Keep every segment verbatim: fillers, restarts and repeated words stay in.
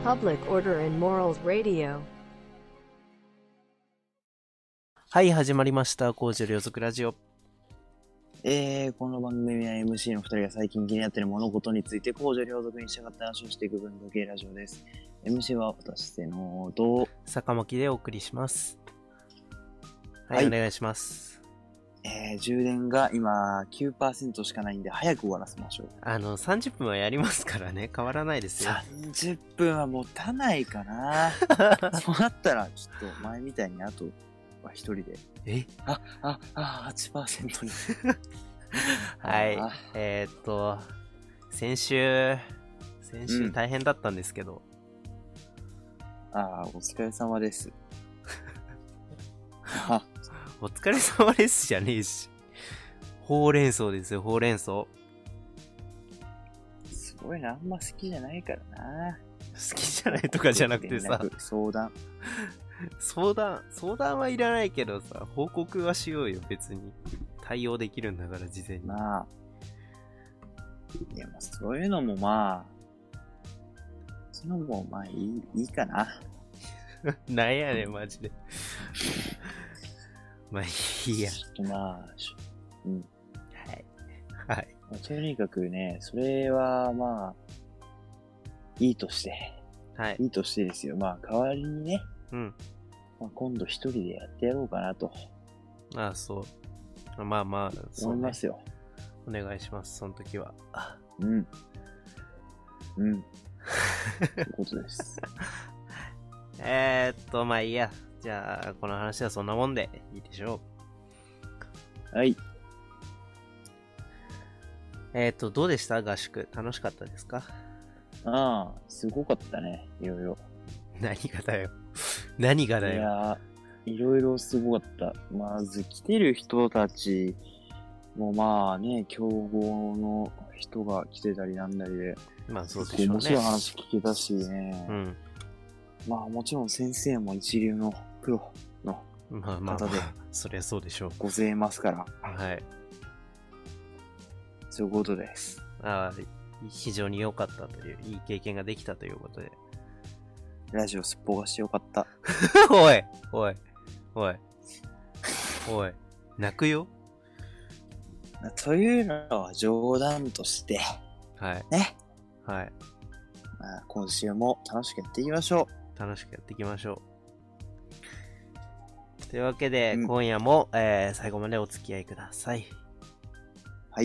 Public Order and Morals Radio。 はい、始まりました。公序良俗ラジオ。 えー、この番組は エムシー のふたりが最近気になっている物事について公序良俗に従って話をしていく文化系ラジオです。エムシー は私、瀬野と坂巻でお送りします。はい、 はい、 お願いします。 えー、充電が今 きゅうパーセント しかないんで早く終わらせましょう。 あの、さんじゅっぷんはやりますからね。変わらないですよ。 さんじゅっぷんは持たないかな。そうなったら、ちょっと前みたいにあとは一人で。 えあ、あ、あ、はちパーセント に。 はいあ。 えー、っと、先週、先週うん大変だったんですけど。 あー、お疲れ様です。はお疲れ様ですじゃねえし。ほうれん草ですよ、ほうれん草。 すごいな、あんま好きじゃないからな。 好きじゃないとかじゃなくてさ。 相談。 相談、相談はいらないけどさ、報告はしようよ、別に。対応できるんだから、事前に。 まあ。いや、まあ、そういうのもまあ、そういうのもまあいい、いいかな。 なんやねん、マジで。まあ、いいや。 ちょっとまあ、うん。 はい。はい。 まあ、とにかくね、それはまあ、いいとして。 はい。 いいとしてですよ。まあ、代わりにね、 うん。 まあ、今度一人でやってやろうかなと。 ああ、そう。まあまあ、そう、ね、 思いますよ。 お願いします、その時は。 うん。うん。ということです。 えーっと、まあいいや。じゃあ、この話はそんなもんでいいでしょう。はい。 えーっと、どうでした合宿。楽しかったですか？ ああ、すごかったね。いろいろ。 何がだよ。何がだよ。 いやー、いろいろすごかった。まず来てる人たちもまあね、強豪の人が来てたりなんだりで。 まあそうでしょうね。 面白い話聞けたしね。 うん。 まあもちろん先生も一流のプロの方で、 まあまあ、まあ、そりゃそうでしょう。 ございますから。 はい。 そういうことです。 ああ、非常に良かったという、いい経験ができたということで。 ラジオすっぽがしてよかった。 おいおいおいおい泣くよ。 というのは冗談として。 はい。 ね。 はい。 まあ今週も楽しくやっていきましょう。楽しくやっていきましょう。というわけで、うん、今夜も、えー、最後までお付き合いください。 はい。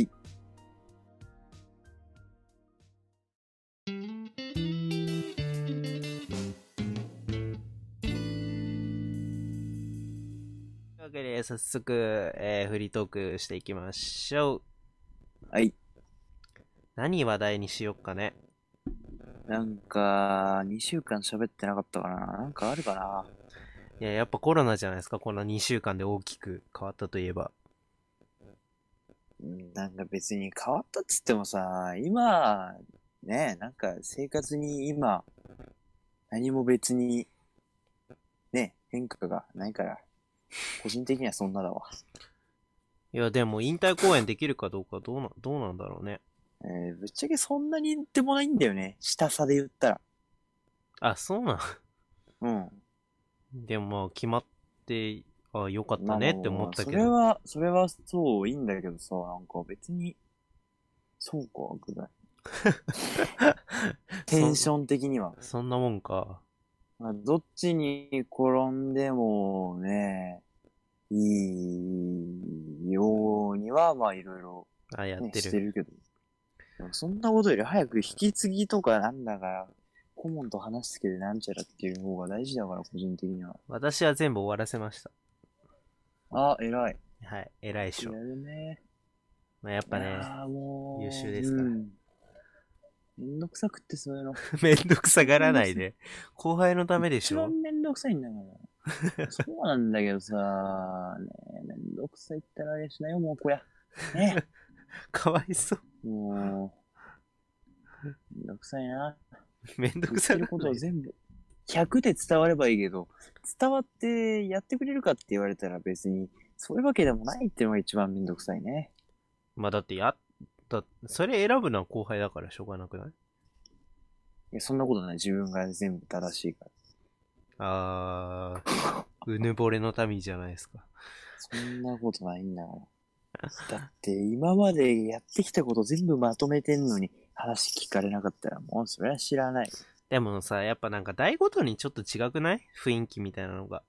というわけで、早速、えー、フリートークしていきましょう。 はい。 何話題にしよっかね。 なんか、にしゅうかん喋ってなかったかな。なんかあるかな。 いや、やっぱコロナじゃないですか。このにしゅうかんで大きく変わったといえば。 なんか別に変わったっつってもさ、今、ね、なんか生活に今、何も別に、ね、変化がないから、個人的にはそんなだわ。 いや、でも引退公演できるかどうかどうな、どうなんだろうね。 えー、ぶっちゃけそんなにでもないんだよね。下差で言ったら。 あ、そうなん。 うん。 でもまあ、決まって、あ、よかったねって思ったけど。 まあまあそれは、それはそう、いいんだけどさ、なんか別に、そうか、ぐらい。テンション的には。 そ, そんなもんか。 まあ、どっちに転んでもね、いいようには、まあいろいろ、ね、 あ、やってる。 してるけど。でもそんなことより早く引き継ぎとかなんだから、顧問と話しつけてなんちゃらっていう方が大事だから、個人的には。 私は全部終わらせました。 あ、偉い。 はい、偉いっしょ。 やるね。 まあ、やっぱね、 もう優秀ですから。うん、 めんどくさくってそういうの。 めんどくさがらないで。後輩のためでしょ。 一番めんどくさいんだから。そうなんだけどさ、ねえ、めんどくさいったらあれしないよ、もうこや。ね。 かわいそう。 もう、めんどくさいな。 めんどくさい。 言ってることを全部、ひゃくで伝わればいいけど、伝わってやってくれるかって言われたら別に、そういうわけでもないっていうのが一番めんどくさいね。 まあだってや、だそれ選ぶのは後輩だからしょうがなくない？ いや、そんなことない。自分が全部正しいから。 あー、うぬぼれの民じゃないですか。 そんなことないんだから。だって今までやってきたこと全部まとめてんのに話聞かれなかったらもうそれは知らない。 でもさ、やっぱなんか代ごとにちょっと違くない？雰囲気みたいなのが。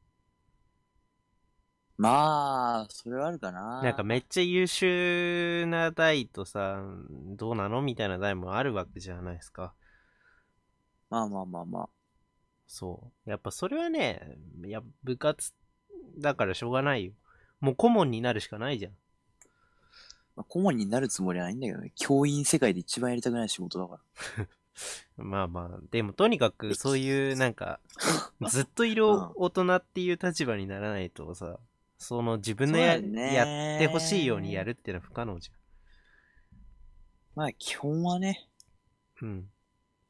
まあ、それはあるかな。 なんかめっちゃ優秀な代とさ、どうなのみたいな代もあるわけじゃないですか。 まあまあまあまあ。 そう。やっぱそれはね、いや、部活だからしょうがないよ。もう顧問になるしかないじゃん。 まあ顧問になるつもりはないんだけどね。教員世界で一番やりたくない仕事だから。 まあまあ、でもとにかくそういうなんか、ずっといる大人っていう立場にならないとさ、その自分のや、 ね、 やってほしいようにやるっていうのは不可能じまあ基本はね。 ゃん。うん。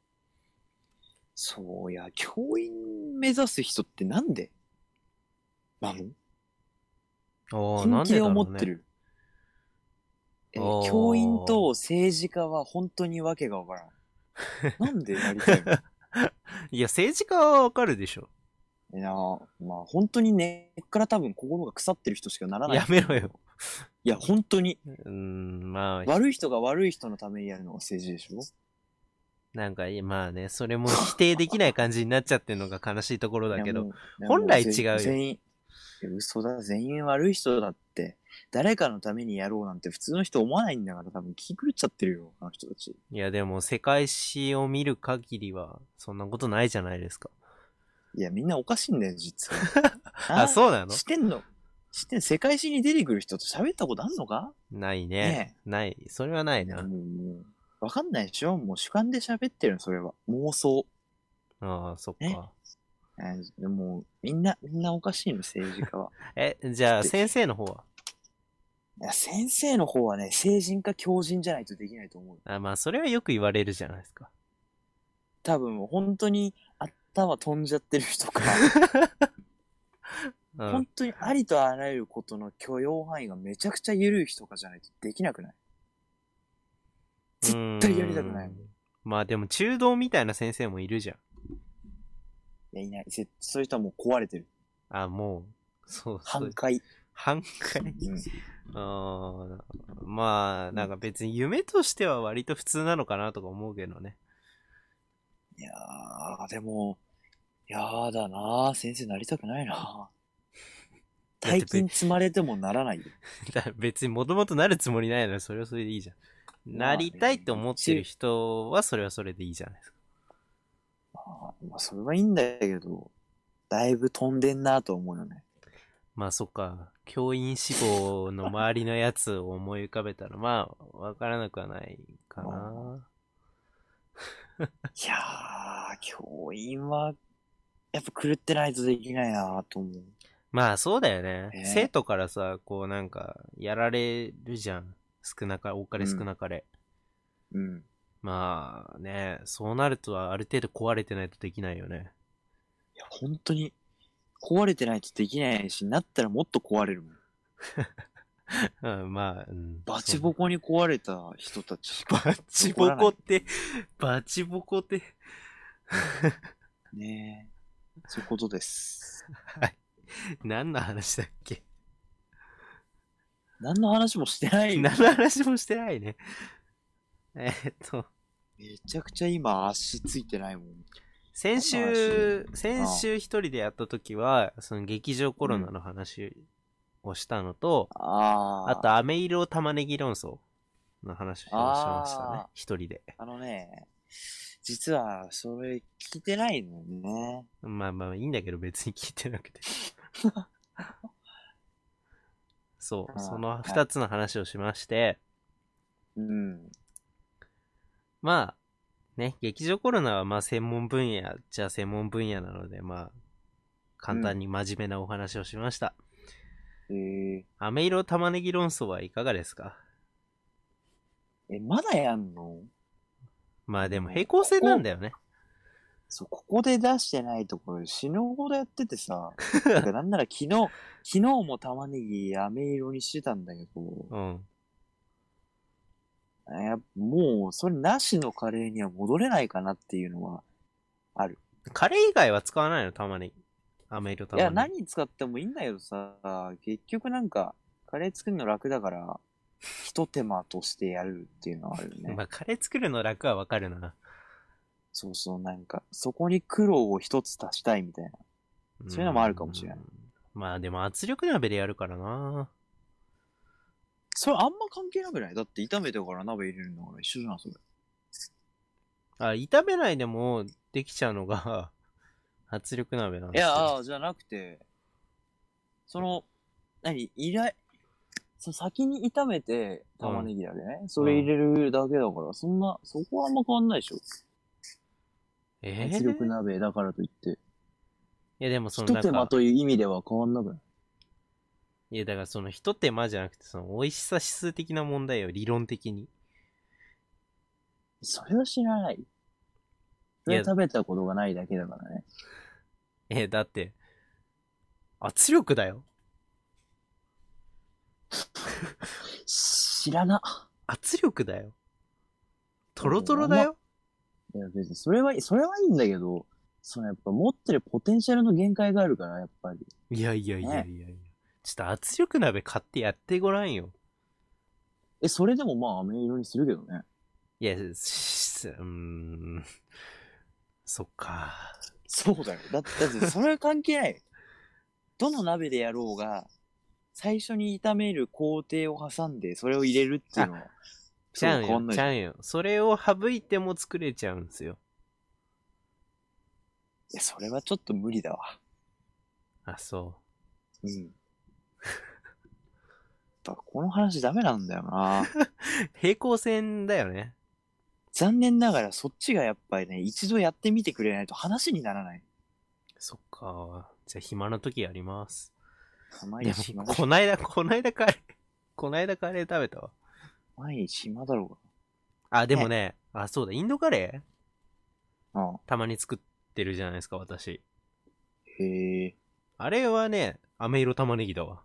そういや、教員目指す人ってなんでなの？ おー、なん本気ででだろうね。 思ってる。えー教員と政治家は本当にわけがわからん。なんでやりたいの？ いや、政治家はわかるでしょ。 いや、まあ本当に根っから多分心が腐ってる人しかならない。 やめろよ。 いや、本当に。 うーん、まあ、 悪い人が悪い人のためにやるのが政治でしょ？ なんか、まあね、それも否定できない感じになっちゃってるのが悲しいところだけど、 いやもう本来いやも違うよ全員、いや嘘だ、全員悪い人だって。誰かのためにやろうなんて普通の人思わないんだから多分気狂っちゃってるよ、あの人たち。 いや、でも世界史を見る限りは、そんなことないじゃないですか。 いや、みんなおかしいんだよ、実は。 あ、そうなの？ 知ってんの？知ってん世界史に出てくる人と喋ったことあんのか？ ないね。 ねない。それはないいや、 な。 もう、もう、わかんないでしょ？もう主観で喋ってるの、それは。妄想。 ああ、そっねか。 えーでも、みんな、みんなおかしいの、政治家は。 え、じゃあ先生の方はいや、先生の方はね、成人か強人じゃないとできないと思う。 あ、まあ、それはよく言われるじゃないですか。 多分、本当に頭飛んじゃってる人か、 うん本。当にありとあらゆることの許容範囲がめちゃくちゃ緩い人かじゃないとできなくない？絶対やりたくない。 うーんまあでも中道みたいな先生もいるじゃん。 いや、いない。ぜそういう人はもう壊れてる。 あ、もう、そうそう半。壊。 半壊。 うんあーまあ、なんか別に夢としては割と普通なのかなとか思うけどね。 いやー、でも、やだなー。先生なりたくないなー。大金積まれてもならないよ。 だから別にもともとなるつもりないならそれはそれでいいじゃん。なりたいって思ってる人はそれはそれでいいじゃないですか。 まあ、まあ、それはいいんだけど、だいぶ飛んでんなと思うよね。 まあそっか。教員志望の周りのやつを思い浮かべたら、まあ、わからなくはないかな。 いやー、教員は、やっぱ狂ってないとできないなと思う。 まあそうだよね。 えー生徒からさ、こうなんか、やられるじゃん。少なかれ、多かれ少なかれ。 うん。 まあね、そうなるとある程度壊れてないとできないよね。 いや、本当に、壊れてないとできないし、なったらもっと壊れるもん。 うん、まあ、うん。 バチボコに壊れた人たちしかバチボコって、バチボコって。 ねえ。そういうことです。 はい。何の話だっけ？ 何の話もしてないよ。 何の話もしてないね。えーっと、 めちゃくちゃ今足ついてないもん。 先週、先週一人でやった時は、その劇場コロナの話をしたのと、 ああ。 あと、飴色玉ねぎ論争の話をしましたねあ。 一人で。 あのね、実はそれ聞いてないのよね。 まあまあいいんだけど別に聞いてなくて。そう、 あーその二つの話をしまして、 うん。 まあ、ね、劇場コロナはまあ専門分野じゃあ専門分野なので、まあ、簡単に真面目なお話をしました。 えー、 飴色玉ねぎ論争はいかがですか？ え、まだやんの？ まあでも平行線なんだよね。 そう、ここで出してないところ死ぬほどやっててさ、なんかなんなら昨日、昨日も玉ねぎ飴色にしてたんだけど、 うん。 やっぱもう、それなしのカレーには戻れないかなっていうのはある。 カレー以外は使わないの玉ねぎ。飴色いや、 玉ね何使ってもいいんだけどさ、結局なんか、カレー作るの楽だから、一手間としてやるっていうのはあるよぎ。 ね。 まあ、カレー作るの楽はわかるな。 そうそう、なんか、そこに苦労を一つ足したいみたいな。そういうのもあるかもしれない。 まあでも圧力鍋でやるからな。 それあんま関係なくない？だって炒めてから鍋入れるのが一緒じゃん、それ。 あ、炒めないでもできちゃうのが圧力鍋なんいですよ。 や、ああ、じゃなくて、その、何依頼、そ先に炒めて、玉ねぎだけね、それ入れるだけだから、そんな、そこはあんま変わんないでしょ。 えー、 圧力鍋だからといって。 いやでもその一なんか、 手間という意味では変わんなくない？ いやだからその一手間じゃなくてその美味しさ指数的な問題よ、理論的に。 それは知らない。それは食べたことがないだけだからね。 え、だって、圧力だよ。 知らな。 圧力だよ。トロトロだよ。 いや別に、それは、それはいいんだけど、そのやっぱ持ってるポテンシャルの限界があるから、やっぱり。 いやいやいやいやいや。ちょっと圧力鍋買ってやってごらんよ。 え、それでもまあ、飴色にするけどね。 いや、し、うーん。そっか。 そうだよ。だって、だってそれは関係ない。どの鍋でやろうが、最初に炒める工程を挟んで、それを入れるっていうのは、 ちゃうよ、 そう変わんないちゃうよ。それを省いても作れちゃうんですよ。 いや、それはちょっと無理だわ。 あ、そうん。だこの話ダメなんだよな。 う。平行線だよね。 残念ながらそっちがやっぱりね、一度やってみてくれないと話にならない。 そっか。じゃあ暇な時やります。 毎でも、 日暇だこないだ、こないだカレー、こないだカレー食べたわ。 毎日暇だろうあ、でもね、あ、そうだ、インドカレーが。 たまに作ってるじゃないですか、私。 うん。へえ。 あれはね、飴色玉ねぎだわ。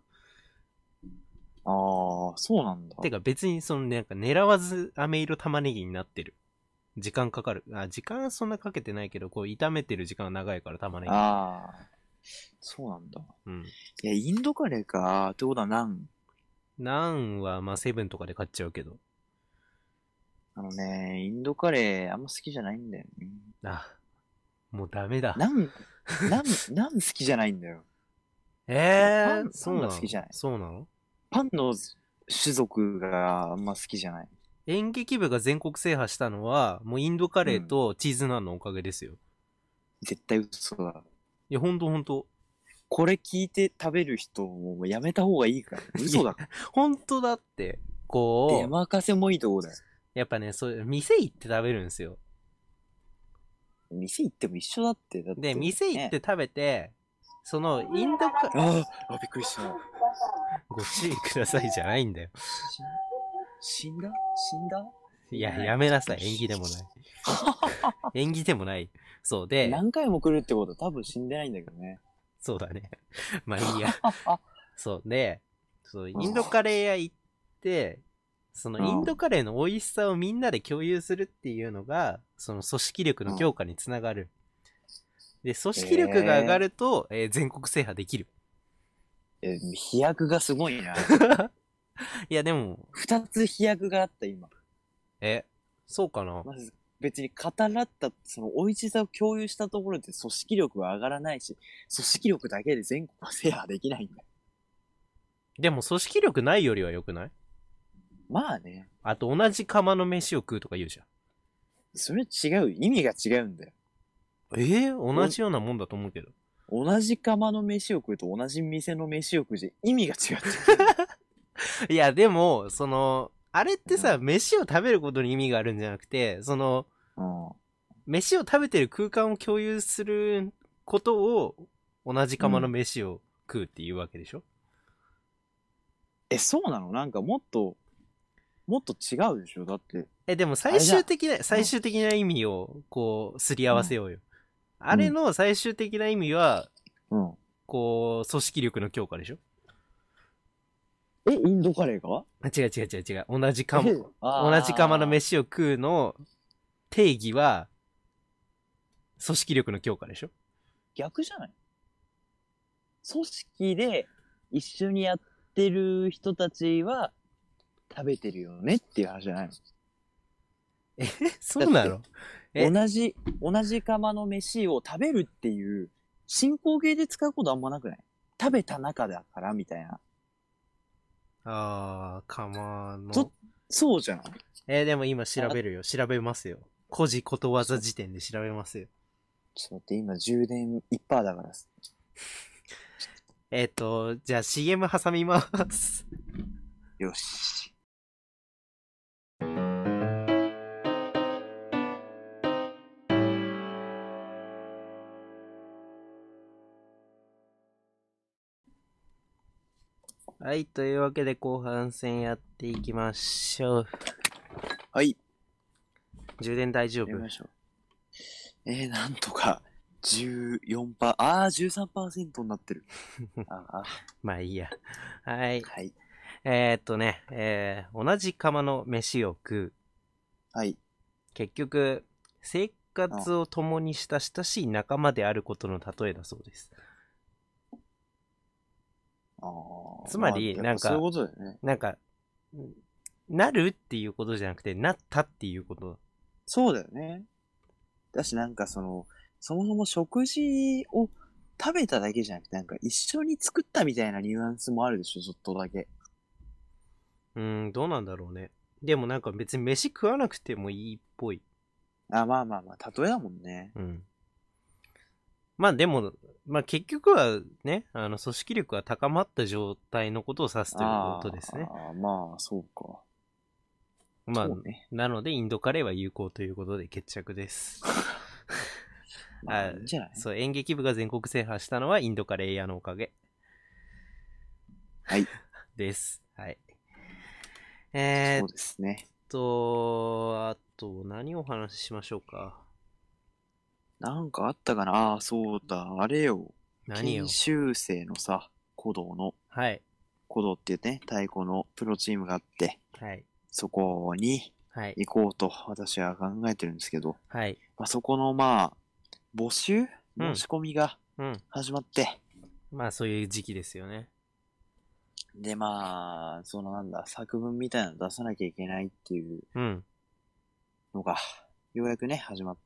ああ、そうなんだ。 てか別にそのなんか狙わず飴色玉ねぎになってる。時間かかる。あ、時間そんなかけてないけど、こう炒めてる時間が長いから玉ねぎ。 ああ、そうなんだ。 うん。 いや、インドカレーか。ってことはナン。 ナンはまあセブンとかで買っちゃうけど。 あのね、インドカレーあんま好きじゃないんだよね。 あ、もうダメだ。 ナン、ナン、ナン好きじゃないんだよ。 えー、 パンそうなのパンが好きじゃないそうなのパンの種族があんま好きじゃない。 演劇部が全国制覇したのは、もうインドカレーとチーズナンのおかげですよ。 絶対嘘だ。 いや、ほんとほんと。 これ聞いて食べる人もうやめた方がいいから。嘘だ。 ほんとだって、こ出う、 任せもいいとこだよ。 やっぱね、そういう、店行って食べるんですよ。 店行っても一緒だって。だってで、店行ってね食べて、その、インドカ、 あーあ、びっくりした。 ご注意くださいじゃないんだよ。 死んだ死んだいや、やめなさい。演技でもない。演技でもない。そうで、 何回も来るってことは多分死んでないんだけどね。 そうだね。まあいいや。そうで、そう、インドカレー屋行って、そのインドカレーの美味しさをみんなで共有するっていうのが、その組織力の強化につながる。で、組織力が上がると、えー全国制覇できる。 え、飛躍がすごいな。 いや、でも、 二つ飛躍があった今。 え、そうかな。 まず、別に語らった、その美味しさを共有したところで組織力は上がらないし、組織力だけで全国は制覇できないんだよ。 でも組織力ないよりは良くない？ まあね。 あと同じ釜の飯を食うとか言うじゃん。 それ違う。意味が違うんだよ。 えー、同じようなもんだと思うけど。 同じ釜の飯を食うと同じ店の飯を食うじゃ意味が違ってる。 いや、でも、その、あれってさ、飯を食べることに意味があるんじゃなくて、その、 うん。 飯を食べてる空間を共有することを、同じ釜の飯を食うっていうわけでしょ？ え、そうなの？なんかもっと、もっと違うでしょ？だって。 え、でも最終的な、最終的な意味を、こう、すり合わせようよ。あれの最終的な意味は、 うん。 こう、組織力の強化でしょ？ え、インドカレーがあ違う違う違う違う。同じかえも、 あー同じ釜の飯を食うの定義は、組織力の強化でしょ？ 逆じゃない？組織で一緒にやってる人たちは食べてるよねっていう話じゃないの？ え、そうなの？え同じ、同じ釜の飯を食べるっていう進行形で使うことあんまなくない？食べた中だからみたいな。 あー、釜その。 そうじゃない？ えーでも今調べるよ。調べますよ。古事ことわざ時点で調べますよ。 ちょっと待って、今充電 いちパーセント だから。 えっ、と、じゃあ シーエム 挟みます。 よし。 はい、というわけで後半戦やっていきましょう。 はい。 充電大丈夫やり？ましょう。えー、なんとか、じゅうよんパーセント、あー、じゅうさんパーセント になってる。ああ、 まあいいや。はい。 はい。 えー、っとね、えー、同じ釜の飯を食う。 はい。 結局、生活を共にした親しい仲間であることの例えだそうです。 あーつまり、なんか、 あ、そういうことだよね。 なんか、なるっていうことじゃなくて、なったっていうこと。 そうだよね。だし、なんかその、そもそも食事を食べただけじゃなくて、なんか一緒に作ったみたいなニュアンスもあるでしょ、ちょっとだけ。 うーん、どうなんだろうね。でもなんか別に飯食わなくてもいいっぽい。 あ、まあまあまあ、例えだもんね。 うん。まあでも、まあ結局はね、あの組織力が高まった状態のことを指すということですね。 ああ、まあ、そうか。 まあ、 そうね。 なのでインドカレーは有効ということで決着です。 まあ、いいんじゃない？ そう、演劇部が全国制覇したのはインドカレー屋のおかげ。 はい。 です。はい。えー、 そっうですね。 と、あと、何をお話ししましょうか。 なんかあったかなああー、そうだ。あれよ。 何よ。 研修生のさ、古道の、 はい。 古道っていうね、太鼓のプロチームがあって、 はい。 そこにはい。 行こうと私は考えてるんですけど、 はい。 まあ、そこのまあ、募集うん申し込みがうん。 始まって、 まあそういう時期ですよね。 でまあ、そのなんだ、作文みたいなの出さなきゃいけないっていううん。 のが、ようやくね、始まって、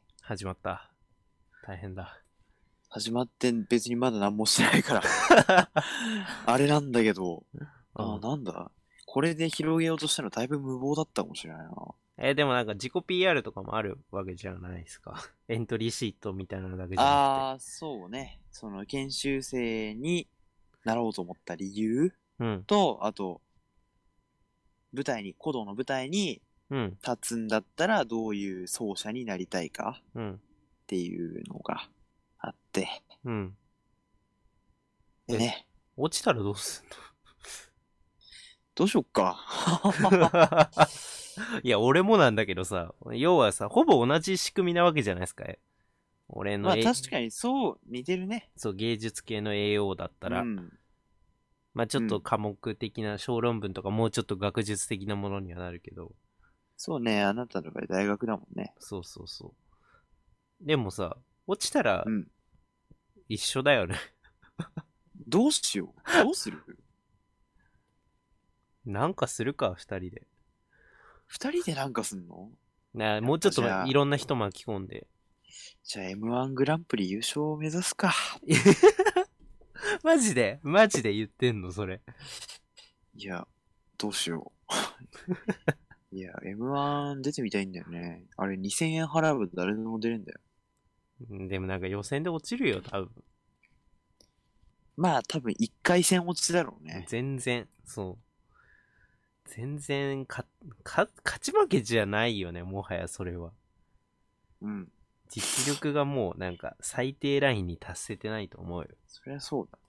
始まった。大変だ。 始まって別にまだ何もしてないから、あれなんだけど、あうんーなんだ、これで広げようとしたのだいぶ無謀だったかもしれないな。 えーでもなんか自己 ピーアール とかもあるわけじゃないですか。エントリーシートみたいなのだけじゃなああ、そうね。その研修生になろうと思った理由くて。うん。 と、あと、舞台に、古道の舞台にうん。 立つんだったらどういう奏者になりたいかうん。 っていうのがあって。 うん。 でね、 落ちたらどうすんどうしよっか。 のいや、俺もなんだけどさ、要はさ、ほぼ同じ仕組みなわけじゃないですか。俺の、 まあえ確かにそう似てるね。 そう、芸術系の エーオー だったら、 うん。 まあちょっと科目的な小論文とかもうちょっと学術的なものにはなるけど、 そうね、あなたの場合大学だもんね。 そうそうそう。でもさ、落ちたらうん。 一緒だよね。 どうしよう。どうする？ なんかするか、二人で。 二人でなんかすんの？ なもうちょっとじゃあいろんな人巻き込んで。 じゃあ エムワン グランプリ優勝を目指すか。 マジでマジで言ってんのそれ。 いや、どうしよう。いや、エムワン 出てみたいんだよね。あれにせんえん払えば誰でも出れんだよ。 うんでもなんか予選で落ちるよ、多分。 まあ多分いっかい戦落ちだろうね。 全然、そう。全然か、か、勝ち負けじゃないよね、もはやそれは。 うん。 実力がもうなんか最低ラインに達せてないと思うよ。 そりゃそうだ。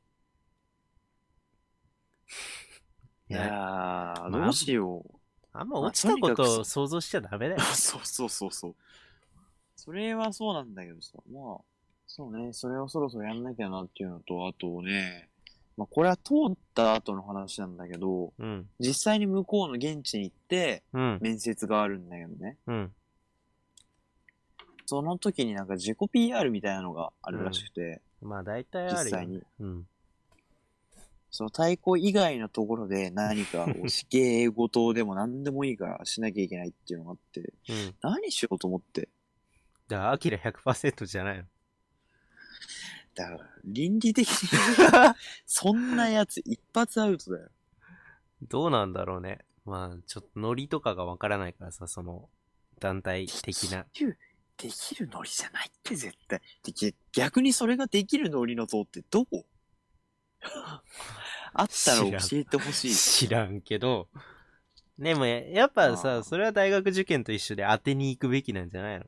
いねやー、 まあどうしよう。 あんま落ちたこまあとにかくそとを想像しちゃダメだよ。 そうそうそうそう。それはそうなんだけどさ、まあ、そうね、それをそろそろやんなきゃなっていうのと、あとね、 まあ、これは通った後の話なんだけど、 うん。 実際に向こうの現地に行って、 うん。 面接があるんだけどね。 うん。 その時になんか自己 ピーアール みたいなのがあるらしくて、 まあ大体あるよね。 実際に。 うん。 その太鼓以外のところで何かをし芸事でも何でもいいからしなきゃいけないっていうのがあって、 うん。 何しようと思って。 だから、アキラひゃくパーセントじゃないの。 だから、倫理的にそんなやつ一発アウトだよ。 どうなんだろうね。まあ、ちょっとノリとかがわからないからさ、その、団体的な。 できる、できるノリじゃないって絶対。でき逆にそれができるノリの塔ってどこあったら教えてほしい。 知らんけど。でも、やっぱさ、それは大学受験と一緒で当てに行くべきなんじゃないの？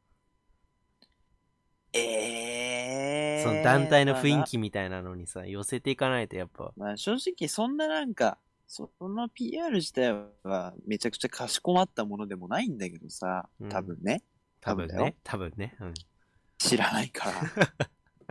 ええー。 その団体の雰囲気みたいなのにさ、寄せていかないとやっぱ。 まあ正直そんななんか、その ピーアール 自体はめちゃくちゃかしこまったものでもないんだけどさ、多分ね。 多分ね。多分ね。うん。 知らないから。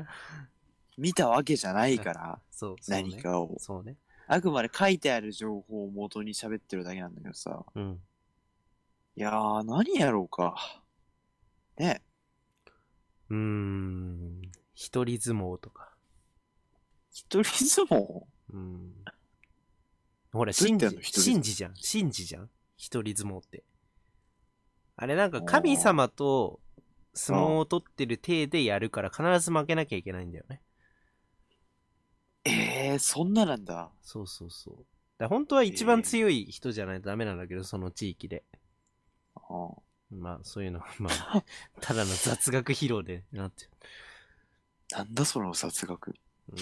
見たわけじゃないから。 そう、そうね、 何かを。 そうね。 あくまで書いてある情報を元に喋ってるだけなんだけどさ。 うん。 いやー、何やろうか。ね。 うーん。一人相撲とか。 一人相撲？ うん。ほら、神事、神事じゃん。神事じゃん。一人相撲って。あれなんか神様と相撲を取ってる体でやるから必ず負けなきゃいけないんだよね。 ええー、そんななんだ。 そうそうそう。だ本当は一番強い人じゃないとダメなんだけど、その地域で。 ああまあそういうの、まあ、ただの雑学披露でなってる。 なんだその雑学。 うん。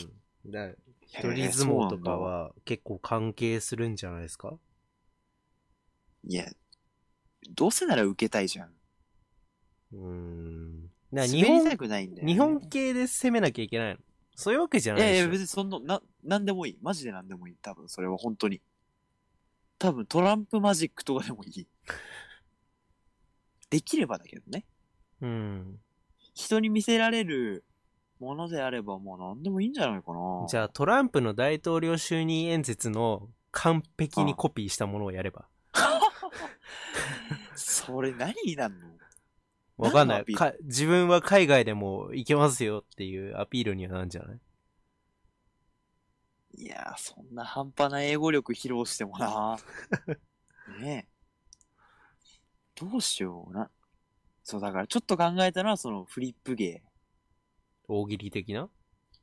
だ一人相撲とかは結構関係するんじゃないですか？ いや、どうせなら受けたいじゃん。 うーん。だ日本、滑りたくないんだよ、ね、 日本系で攻めなきゃいけないの？そういうわけじゃないでしょ。 いやいや、別にそんな、な、なんでもいい。マジでなんでもいい。多分、それは本当に。多分、トランプマジックとかでもいい。できればだけどね。 うん。 人に見せられるものであれば、もう何でもいいんじゃないかな。 じゃあ、トランプの大統領就任演説の完璧にコピーしたものをやれば。 それ何になんの？ わかんないか。自分は海外でも行けますよっていうアピールにはなんじゃない？ いやー、そんな半端な英語力披露してもな。ねえ。どうしような。そう、だからちょっと考えたのは、そのフリップ芸。 大喜利的な？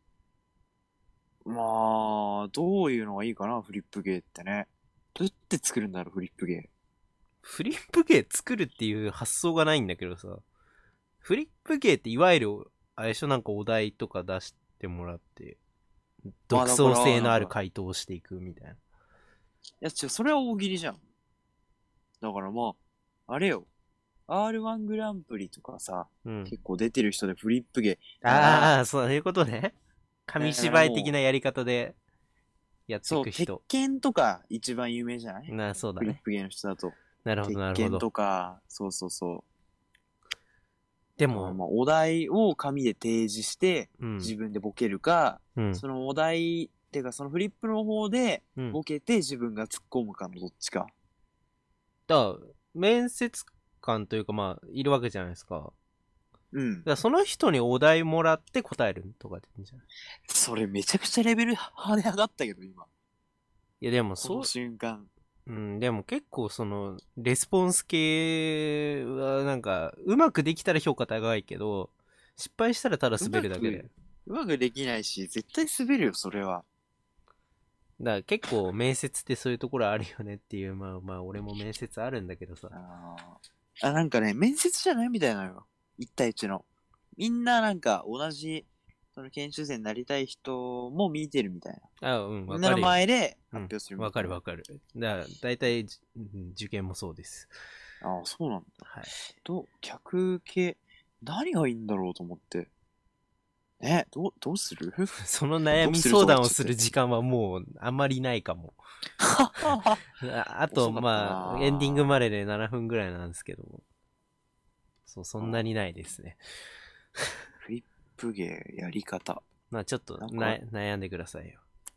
まあ、どういうのがいいかな、フリップ芸ってね。どうやって作るんだろう、フリップ芸。 フリップ芸作るっていう発想がないんだけどさ。フリップ芸っていわゆる、あれでしょ、なんかお題とか出してもらって、独創性のある回答をしていくみたいな。いや、違う、それは大喜利じゃん。だからまあ、あれよ。アールワン グランプリとかさ、うん、結構出てる人でフリップ芸。 ああ、そういうことね。紙芝居的なやり方でやっていく人。 そう、鉄拳とか一番有名じゃない？ な、そうだね。 フリップ芸の人だと。 なるほど、なるほど。 鉄拳とか、そうそうそう。 でも、 まあ、お題を紙で提示して、うん、自分でボケるか、うん、そのお題、っていうかそのフリップの方でボケて自分が突っ込むかのどっちか。 だから、面接官というかまあ、いるわけじゃないですか。うん。だからその人にお題もらって答えるとかでいいんじゃない？ それめちゃくちゃレベル跳ね上がったけど、今。 いやでもそう。 この瞬間。 うん、でも結構その、レスポンス系はなんか、うまくできたら評価高いけど、失敗したらただ滑るだけで。 うまくできないし、絶対滑るよ、それは。 だから結構面接ってそういうところあるよねっていう、まあまあ俺も面接あるんだけどさ。 ああ、なんかね、面接じゃないみたいなのよ。一対一の。みんななんか同じ、その研修生になりたい人も見てるみたいな。 あ、うん、 わかる。みんなの前で発表するみたいな。わ、うん、かるわかる。だから大体、受験もそうです。 ああ、そうなんだ。 はい。 と、客系、何がいいんだろうと思って。ね、どう、どうする？ その悩み相談をする時間はもうあんまりないかも。あ, あと、まあ、エンディングまででななふんぐらいなんですけども。そう、そんなにないですね。 フリップ芸やり方。 まあちょっとな悩んでくださいよ。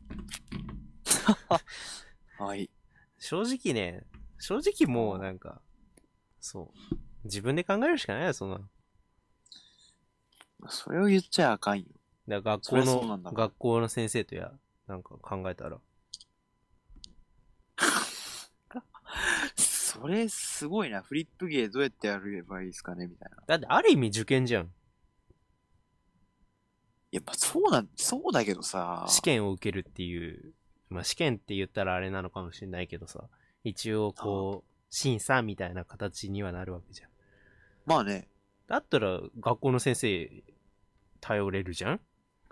はい。 正直ね、正直もうなんか、そう。自分で考えるしかないよ、そんなの。 それを言っちゃあかんよ。 だから学そりゃ校の、 そうなんだから。 学校の先生とや、なんか考えたら。 それすごいな。フリップ芸どうやってやればいいですかねみたいな。 だってある意味受験じゃん。 やっぱそうなん、そうだけどさ。 試験を受けるっていう、まあ試験って言ったらあれなのかもしれないけどさ、一応こう、審査みたいな形にはなるわけじゃん。 まあね。 だったら学校の先生頼れるじゃん。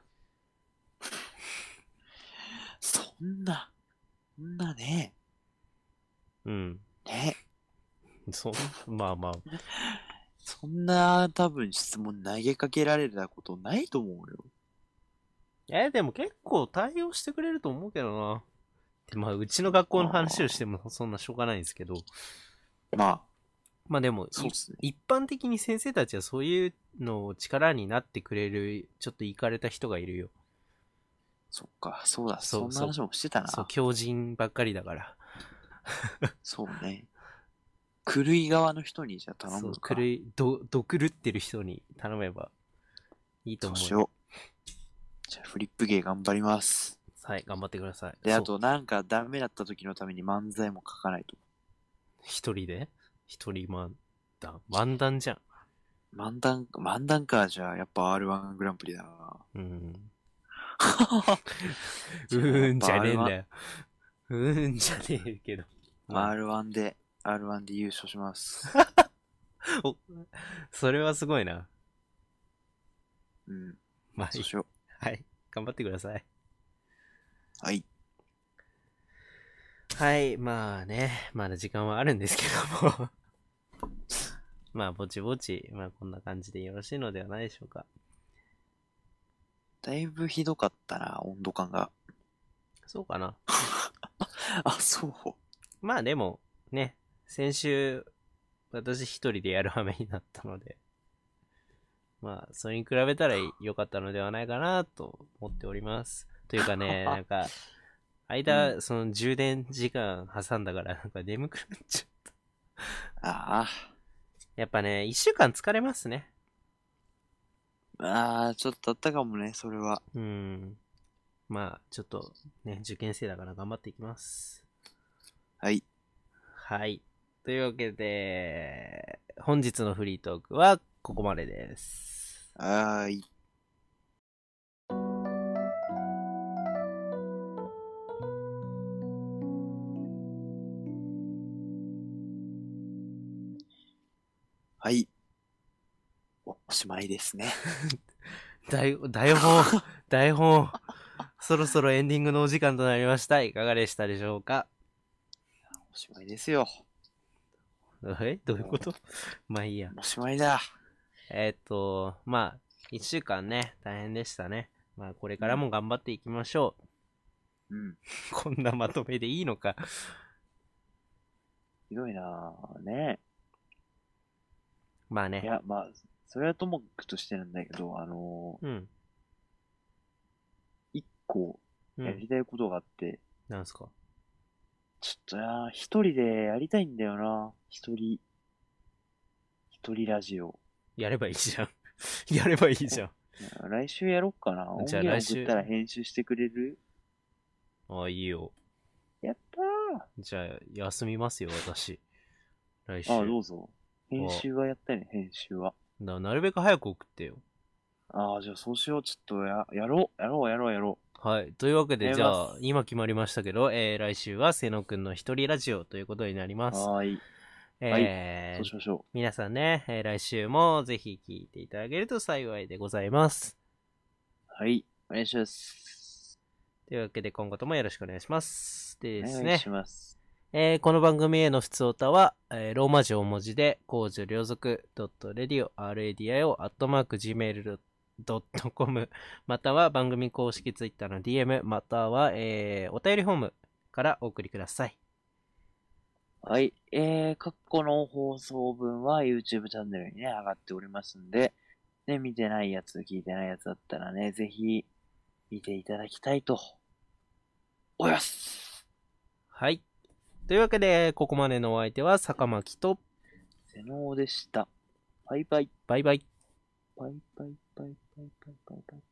そんな、そんなね。 うん。 ね。 そん、まあまあ。 そんな多分質問投げかけられたことないと思うよ。 えーでも結構対応してくれると思うけどな。でまあ、うちの学校の話をしてもそんなしょうがないんですけど。 まあ、 まあでも、 そうっすね。 一般的に先生たちはそういうのを力になってくれる、ちょっとイかれた人がいるよ。 そっか、そうだ、 そそうんな話もしてたな。 そう、強靭ばっかりだから。 そうね。狂い側の人にじゃあ頼そう、 むか。 狂い、ど、ど狂ってる人に頼めばいいと思うよ。 そうしよう。じゃあフリップ芸頑張ります。 はい、頑張ってください。 で、 そうあとなんかダメだった時のために漫才も書かないと。 一人で一人漫談。漫談じゃん。 漫談、漫談か、じゃあやっぱ アールワン グランプリだな。 うん。うじゃあーんじゃねえんだやっよ。うーんじゃねえけど。まあアールワン で、アールワン で優勝します。 お、それはすごいな。 うん。 まあいい。 そうしよはい。頑張ってください。 う。はい。 はい。まあね。まだ時間はあるんですけども。まあ、ぼちぼち、まあこんな感じでよろしいのではないでしょうか。 だいぶひどかったな、温度感が。 そうかな。 あ、そう。 まあでも、ね。先週、私一人でやる羽目になったので。まあ、それに比べたら良かったのではないかなと思っております。というかね、なんか、間、 うん、 その充電時間挟んだから、なんか眠くなっちゃう。 あやっぱね、一週間疲れますね。 あ。ああ、ちょっとあったかもね、それは。 うん。まあ、ちょっとね、受験生だから頑張っていきます。 はい。 はい。というわけで、本日のフリートークはここまでです。 はーい。はい。おしまいですね。 台台本、台本、そろそろエンディングのお時間となりました。いかがでしたでしょうか？ おしまいですよ。 えどういうこと？まあいいや。 おしまいだ。 えーっと、まあ、一週間ね、大変でしたね。まあ、これからも頑張っていきましょうん。 う。こんなまとめでいいのか。 ひどいなぁ。ねまあね。 いや、まあ、それはともかくとしてなんだけど、あのうん。 ー、一個うん。 やりたいことがあって、 なんすか？ ちょっとな、一人でやりたいんだよな。一人、一人ラジオ。 やればいいじゃん。やればいいじゃん。 来週やろっかな。音じゃあ来週源送ったら編集してくれる？ ああ、いいよ。 やったじゃあ、休みますよ、私。来ー。ああ、 週。 どうぞ。編集はやったね、編集は。 だなるべく早く送ってよ。 ああ、じゃあそうしよう。ちょっとや、やろう。やろう、やろう、やろはい。というわけう。 で、 やりまじゃあ、今決まりましたけど、えー、来週は、せのくんの一人ラジオということになります。 す。 はーい。 えー、 そうしましょ皆さんね、えー来週もぜひ聞いていただけると幸いでございます。 う。はい。お願いします。 というわけで、今後ともよろしくお願いします。でおですね願いし、ます。 えーこの番組への普通歌は、えーローマ字大文字で、公序良俗 .radio、radio、アットマーク、ジーメールドットコム、または番組公式ツイッターの ディーエム、または、えーお便りフォームからお送りください。 はい。えー、過去の放送分は YouTube チャンネルにね、上がっておりますんで、ね、見てないやつ、聞いてないやつだったらね、ぜひ、見ていただきたいとおやす。 はい。というわけで、ここまでのお相手は坂巻と、 瀬能でした。バイバイ。 バイバイ。 バイバイバイバイバイバイバイ。